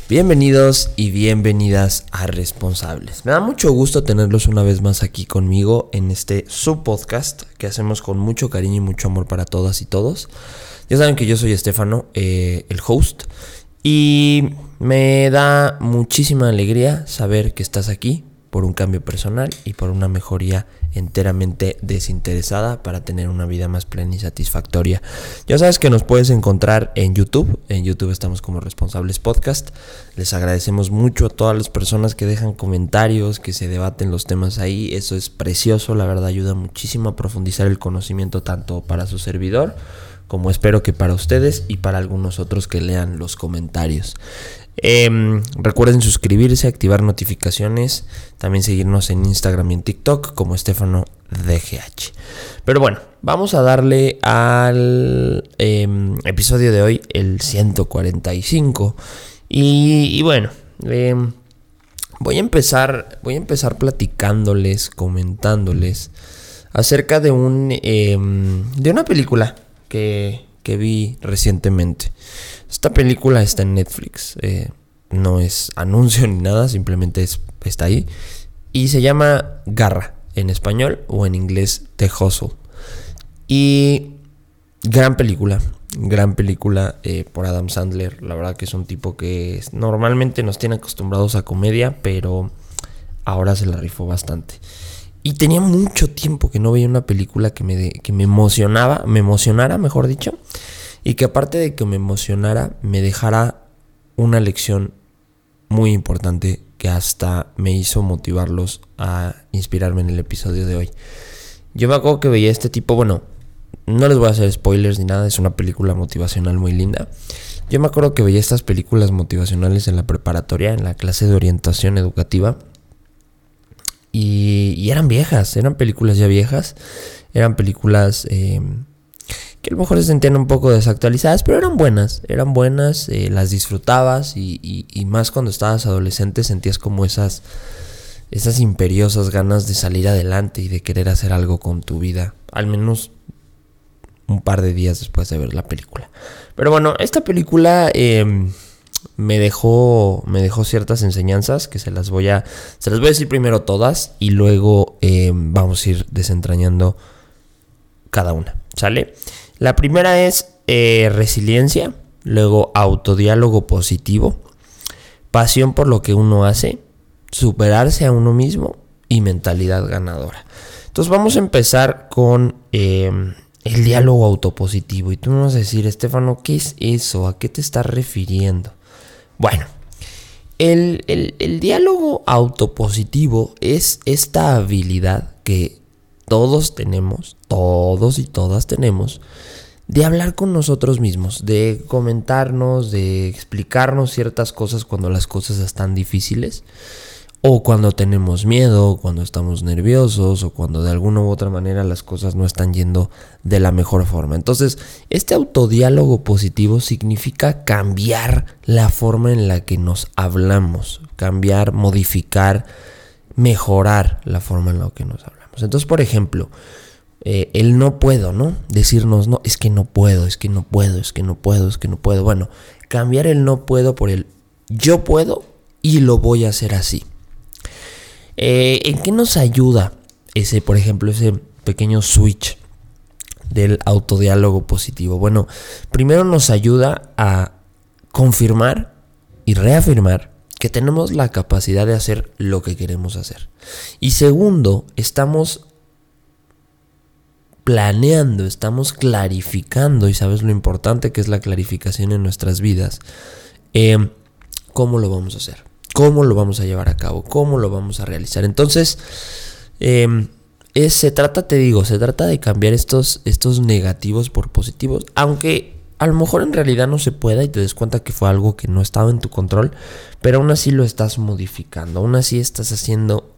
Bienvenidos y bienvenidas a Responsables. Me da mucho gusto tenerlos una vez más aquí conmigo en este subpodcast que hacemos con mucho cariño y mucho amor para todas y todos. Ya saben que yo soy Estefano, el host, y me da muchísima alegría saber que estás aquí por un cambio personal y por una mejoría enteramente desinteresada para tener una vida más plena y satisfactoria. Ya sabes que nos puedes encontrar en YouTube. En YouTube estamos como Responsables Podcast. Les agradecemos mucho a todas las personas que dejan comentarios, que se debaten los temas ahí. Eso es precioso, la verdad ayuda muchísimo a profundizar el conocimiento tanto para su servidor como espero que para ustedes y para algunos otros que lean los comentarios. Recuerden suscribirse, activar notificaciones, también seguirnos en Instagram y en TikTok como Estefano DGH. Pero bueno, vamos a darle al episodio de hoy, el 145. Y bueno, voy a empezar platicándoles, comentándoles acerca de una película que vi recientemente. Esta película está en Netflix, no es anuncio ni nada, simplemente está ahí. Y se llama Garra, en español, o en inglés The Hustle. Y gran película por Adam Sandler. La verdad que es un tipo que normalmente nos tiene acostumbrados a comedia, pero ahora se la rifó bastante. Y tenía mucho tiempo que no veía una película que me emocionara, mejor dicho. Y que aparte de que me emocionara, me dejara una lección muy importante que hasta me hizo motivarlos a inspirarme en el episodio de hoy. Yo me acuerdo que veía este tipo, bueno, no les voy a hacer spoilers ni nada, es una película motivacional muy linda. Yo me acuerdo que veía estas películas motivacionales en la preparatoria, en la clase de orientación educativa. Y eran viejas, eran películas ya viejas, eran películas que a lo mejor se sentían un poco desactualizadas, pero eran buenas, las disfrutabas y más cuando estabas adolescente sentías como esas imperiosas ganas de salir adelante y de querer hacer algo con tu vida, al menos un par de días después de ver la película. Pero bueno, esta película me dejó ciertas enseñanzas que se las voy a decir primero todas y luego vamos a ir desentrañando cada una, ¿sale? La primera es resiliencia, luego autodiálogo positivo, pasión por lo que uno hace, superarse a uno mismo y mentalidad ganadora. Entonces vamos a empezar con el diálogo autopositivo. Y tú me vas a decir, Estefano, ¿qué es eso? ¿A qué te estás refiriendo? Bueno, el diálogo autopositivo es esta habilidad que todos y todas tenemos, de hablar con nosotros mismos, de comentarnos, de explicarnos ciertas cosas cuando las cosas están difíciles, o cuando tenemos miedo, o cuando estamos nerviosos, o cuando de alguna u otra manera las cosas no están yendo de la mejor forma. Entonces, este autodiálogo positivo significa cambiar la forma en la que nos hablamos, cambiar, modificar, mejorar la forma en la que nos hablamos. Entonces, por ejemplo, el no puedo, ¿no? Decirnos, no, es que no puedo. Bueno, cambiar el no puedo por el yo puedo y lo voy a hacer así. ¿En qué nos ayuda ese pequeño switch del autodiálogo positivo? Bueno, primero nos ayuda a confirmar y reafirmar que tenemos la capacidad de hacer lo que queremos hacer. Y segundo, estamos planeando, estamos clarificando, y sabes lo importante que es la clarificación en nuestras vidas, cómo lo vamos a hacer, cómo lo vamos a llevar a cabo, cómo lo vamos a realizar. Entonces, se trata de cambiar estos negativos por positivos, aunque a lo mejor en realidad no se pueda y te des cuenta que fue algo que no estaba en tu control, pero aún así lo estás modificando, aún así estás haciendo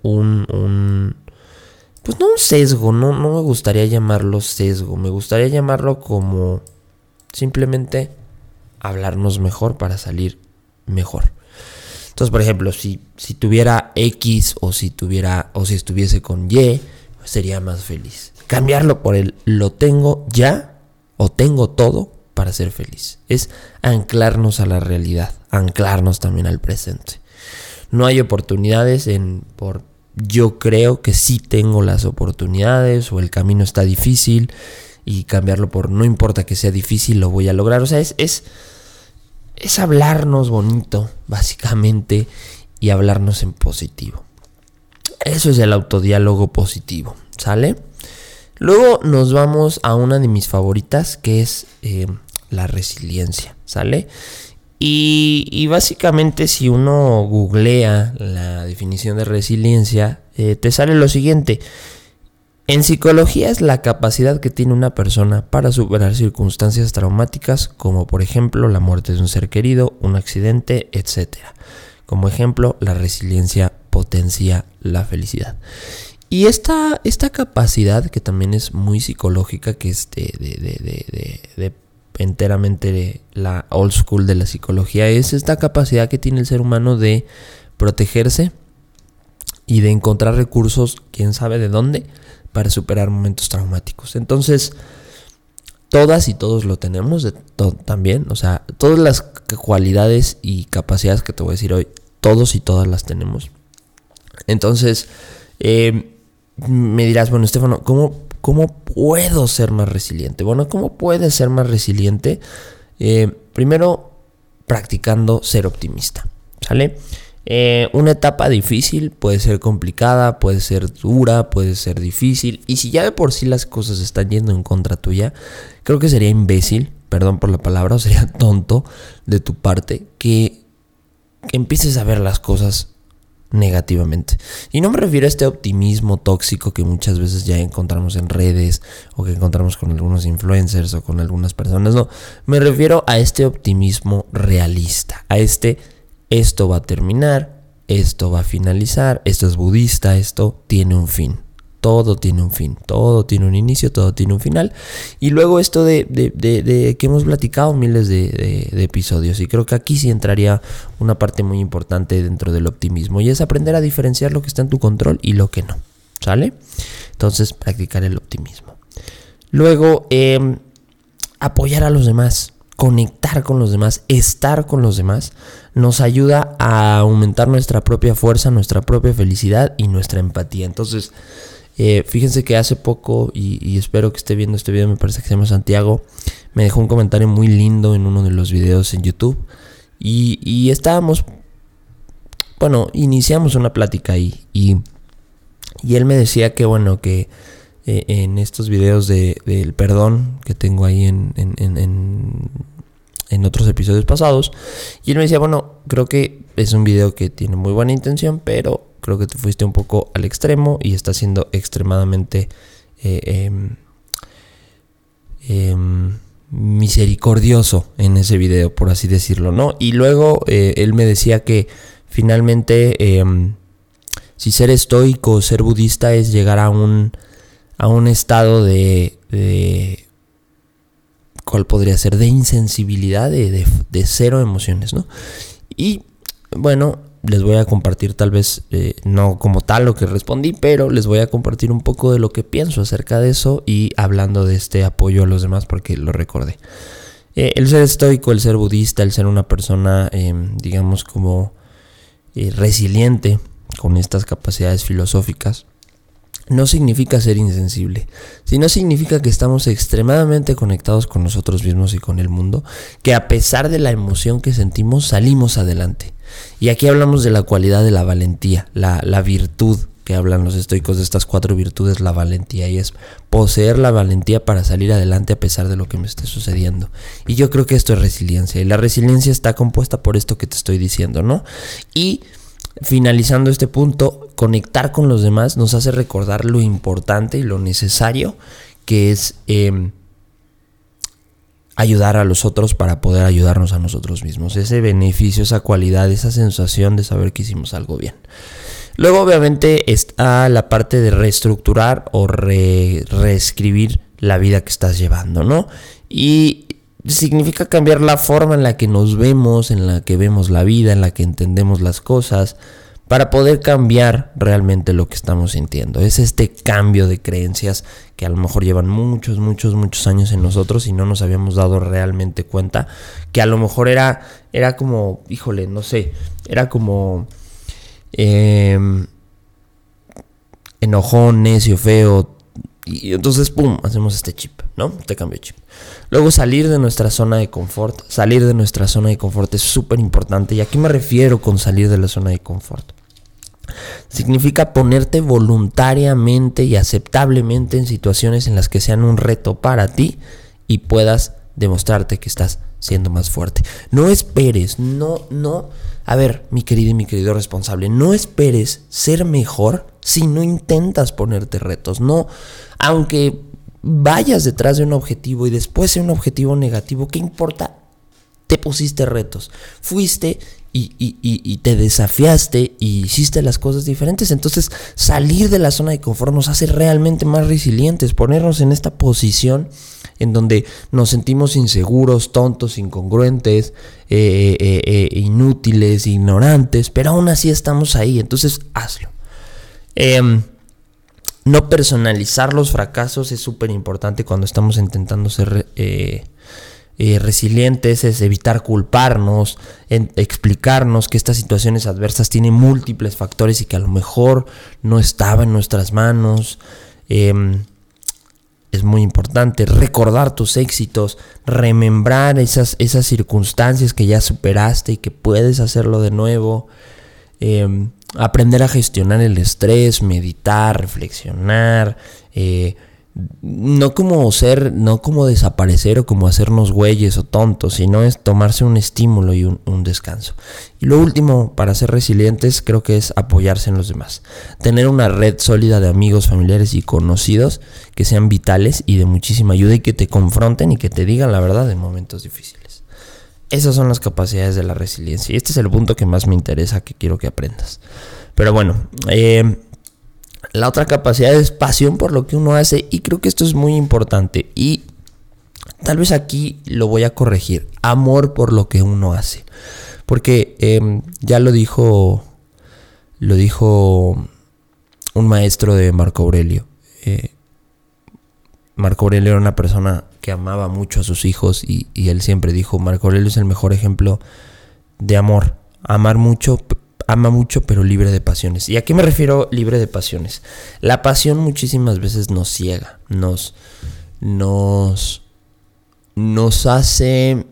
pues no un sesgo, no me gustaría llamarlo sesgo, me gustaría llamarlo como simplemente hablarnos mejor para salir mejor. Entonces, por ejemplo, si tuviera X o si estuviese con Y, pues sería más feliz. Cambiarlo por el lo tengo ya o tengo todo para ser feliz. Es anclarnos a la realidad, anclarnos también al presente. No hay oportunidades yo creo que sí tengo las oportunidades, o el camino está difícil y cambiarlo por no importa que sea difícil, lo voy a lograr. O sea, es hablarnos bonito, básicamente, y hablarnos en positivo. Eso es el autodiálogo positivo, ¿sale? Luego nos vamos a una de mis favoritas, que es la resiliencia, ¿sale? Y básicamente, si uno googlea la definición de resiliencia, te sale lo siguiente. En psicología es la capacidad que tiene una persona para superar circunstancias traumáticas, como por ejemplo la muerte de un ser querido, un accidente, etc. Como ejemplo, la resiliencia potencia la felicidad. Y esta capacidad, que también es muy psicológica, que es de enteramente la old school de la psicología, es esta capacidad que tiene el ser humano de protegerse y de encontrar recursos, quién sabe de dónde, para superar momentos traumáticos. Entonces, todas y todos lo tenemos también. O sea, todas las cualidades y capacidades que te voy a decir hoy, todos y todas las tenemos. Entonces, me dirás, bueno, Estefano, ¿cómo puedo ser más resiliente? Bueno, ¿cómo puedes ser más resiliente? Primero, practicando ser optimista, ¿sale? Una etapa difícil puede ser complicada, puede ser dura, puede ser difícil. Y si ya de por sí las cosas están yendo en contra tuya, creo que sería imbécil, perdón por la palabra, o sería tonto de tu parte que empieces a ver las cosas negativamente. Y no me refiero a este optimismo tóxico que muchas veces ya encontramos en redes, o que encontramos con algunos influencers o con algunas personas. No, me refiero a este optimismo realista, a esto va a terminar, esto va a finalizar, esto es budista, esto tiene un fin. Todo tiene un fin, todo tiene un inicio, todo tiene un final. Y luego esto de que hemos platicado miles de episodios. Y creo que aquí sí entraría una parte muy importante dentro del optimismo. Y es aprender a diferenciar lo que está en tu control y lo que no. ¿Sale? Entonces, practicar el optimismo. Luego, apoyar a los demás. Conectar con los demás, estar con los demás, nos ayuda a aumentar nuestra propia fuerza, nuestra propia felicidad y nuestra empatía. Entonces, fíjense que hace poco, y espero que esté viendo este video, me parece que se llama Santiago, me dejó un comentario muy lindo en uno de los videos en YouTube. Y iniciamos una plática ahí. Y él me decía que, que en estos videos del perdón que tengo ahí en otros episodios pasados, y él me decía, creo que es un video que tiene muy buena intención, pero creo que te fuiste un poco al extremo y está siendo extremadamente misericordioso en ese video, por así decirlo, ¿no? Y luego él me decía que finalmente si ser estoico, ser budista es llegar a un estado de ¿cuál podría ser? De insensibilidad, de cero emociones, ¿no? Y bueno, les voy a compartir tal vez, no como tal lo que respondí, pero les voy a compartir un poco de lo que pienso acerca de eso, y hablando de este apoyo a los demás, porque lo recordé. El ser estoico, el ser budista, el ser una persona, digamos como resiliente, con estas capacidades filosóficas, no significa ser insensible, sino significa que estamos extremadamente conectados con nosotros mismos y con el mundo, que a pesar de la emoción que sentimos, salimos adelante. Y aquí hablamos de la cualidad de la valentía, la virtud que hablan los estoicos, de estas 4 virtudes, la valentía, y es poseer la valentía para salir adelante a pesar de lo que me esté sucediendo. Y yo creo que esto es resiliencia, y la resiliencia está compuesta por esto que te estoy diciendo, ¿no? Y finalizando este punto, conectar con los demás nos hace recordar lo importante y lo necesario que es ayudar a los otros para poder ayudarnos a nosotros mismos. Ese beneficio, esa cualidad, esa sensación de saber que hicimos algo bien. Luego, obviamente, está la parte de reestructurar o reescribir la vida que estás llevando, ¿no? Y significa cambiar la forma en la que nos vemos, en la que vemos la vida, en la que entendemos las cosas, para poder cambiar realmente lo que estamos sintiendo. Es este cambio de creencias que a lo mejor llevan muchos años en nosotros y no nos habíamos dado realmente cuenta, que a lo mejor era como, híjole, no sé, era como enojón, necio, feo, y entonces pum, hacemos este chip, ¿no? Este cambio de chip. Luego salir de nuestra zona de confort. Salir de nuestra zona de confort es súper importante. ¿Y a qué me refiero con salir de la zona de confort? Significa ponerte voluntariamente y aceptablemente en situaciones en las que sean un reto para ti y puedas demostrarte que estás siendo más fuerte. No esperes, a ver, mi querido y mi querido responsable, no esperes ser mejor si no intentas ponerte retos. No, aunque vayas detrás de un objetivo y después sea un objetivo negativo, ¿qué importa? Te pusiste retos, fuiste y te desafiaste y hiciste las cosas diferentes. Entonces, salir de la zona de confort nos hace realmente más resilientes, ponernos en esta posición en donde nos sentimos inseguros, tontos, incongruentes, inútiles, ignorantes, pero aún así estamos ahí. Entonces, hazlo. No personalizar los fracasos es súper importante cuando estamos intentando ser resilientes, es evitar culparnos, explicarnos que estas situaciones adversas tienen múltiples factores y que a lo mejor no estaba en nuestras manos. Es muy importante recordar tus éxitos, remembrar esas circunstancias que ya superaste y que puedes hacerlo de nuevo. Aprender a gestionar el estrés, meditar, reflexionar, no como desaparecer o como hacernos güeyes o tontos, sino es tomarse un estímulo y un descanso. Y lo último, para ser resilientes, creo que es apoyarse en los demás. Tener una red sólida de amigos, familiares y conocidos que sean vitales y de muchísima ayuda y que te confronten y que te digan la verdad en momentos difíciles. Esas son las capacidades de la resiliencia y este es el punto que más me interesa, que quiero que aprendas. Pero bueno, la otra capacidad es pasión por lo que uno hace y creo que esto es muy importante y tal vez aquí lo voy a corregir. Amor por lo que uno hace. Porque ya lo dijo un maestro de Marco Aurelio. Marco Aurelio era una persona que amaba mucho a sus hijos y él siempre dijo, Marco Aurelio es el mejor ejemplo de amor. Ama mucho pero libre de pasiones. ¿Y a qué me refiero libre de pasiones? La pasión muchísimas veces nos ciega, nos hace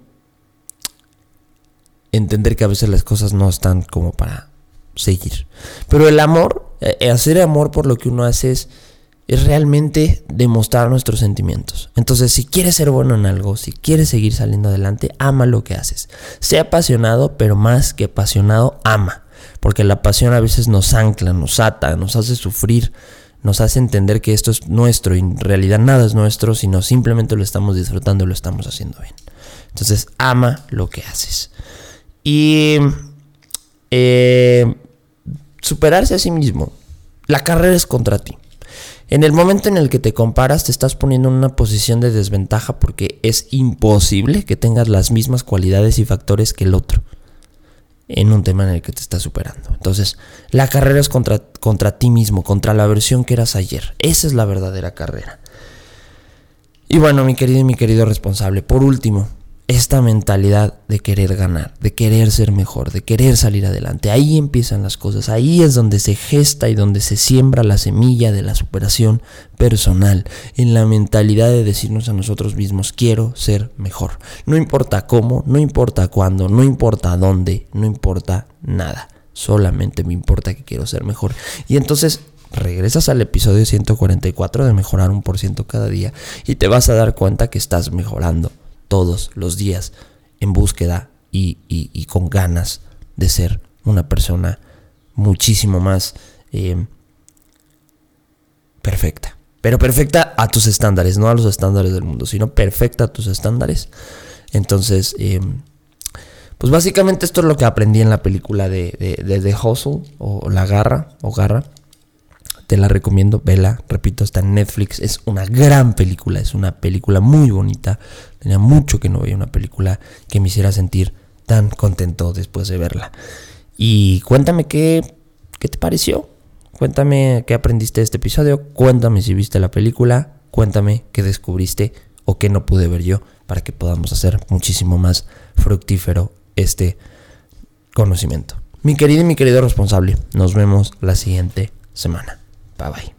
entender que a veces las cosas no están como para seguir. Pero el amor, hacer amor por lo que uno hace es realmente demostrar nuestros sentimientos. Entonces, si quieres ser bueno en algo, si quieres seguir saliendo adelante, ama lo que haces. Sea apasionado, pero más que apasionado, ama. Porque la pasión a veces nos ancla, nos ata, nos hace sufrir, nos hace entender que esto es nuestro y en realidad nada es nuestro, sino simplemente lo estamos disfrutando y lo estamos haciendo bien. Entonces, ama lo que haces. Y superarse a sí mismo. La carrera es contra ti. En el momento en el que te comparas, te estás poniendo en una posición de desventaja porque es imposible que tengas las mismas cualidades y factores que el otro en un tema en el que te estás superando. Entonces, la carrera es contra ti mismo, contra la versión que eras ayer. Esa es la verdadera carrera. Y bueno, mi querido y mi querido responsable, por último, esta mentalidad de querer ganar, de querer ser mejor, de querer salir adelante. Ahí empiezan las cosas, ahí es donde se gesta y donde se siembra la semilla de la superación personal, en la mentalidad de decirnos a nosotros mismos, quiero ser mejor. No importa cómo, no importa cuándo, no importa dónde, no importa nada. Solamente me importa que quiero ser mejor. Y entonces regresas al episodio 144 de mejorar 1% cada día y te vas a dar cuenta que estás mejorando todos los días en búsqueda y con ganas de ser una persona muchísimo más perfecta. Pero perfecta a tus estándares, no a los estándares del mundo, sino perfecta a tus estándares. Entonces, pues básicamente esto es lo que aprendí en la película de The Hustle o La Garra o Garra. Te la recomiendo, vela, repito, está en Netflix, es una gran película, es una película muy bonita. Tenía mucho que no veía una película que me hiciera sentir tan contento después de verla. Y cuéntame qué ¿qué te pareció? Cuéntame qué aprendiste de este episodio, cuéntame si viste la película, cuéntame qué descubriste o qué no pude ver yo para que podamos hacer muchísimo más fructífero este conocimiento. Mi querido y mi querido responsable, nos vemos la siguiente semana. Bye bye.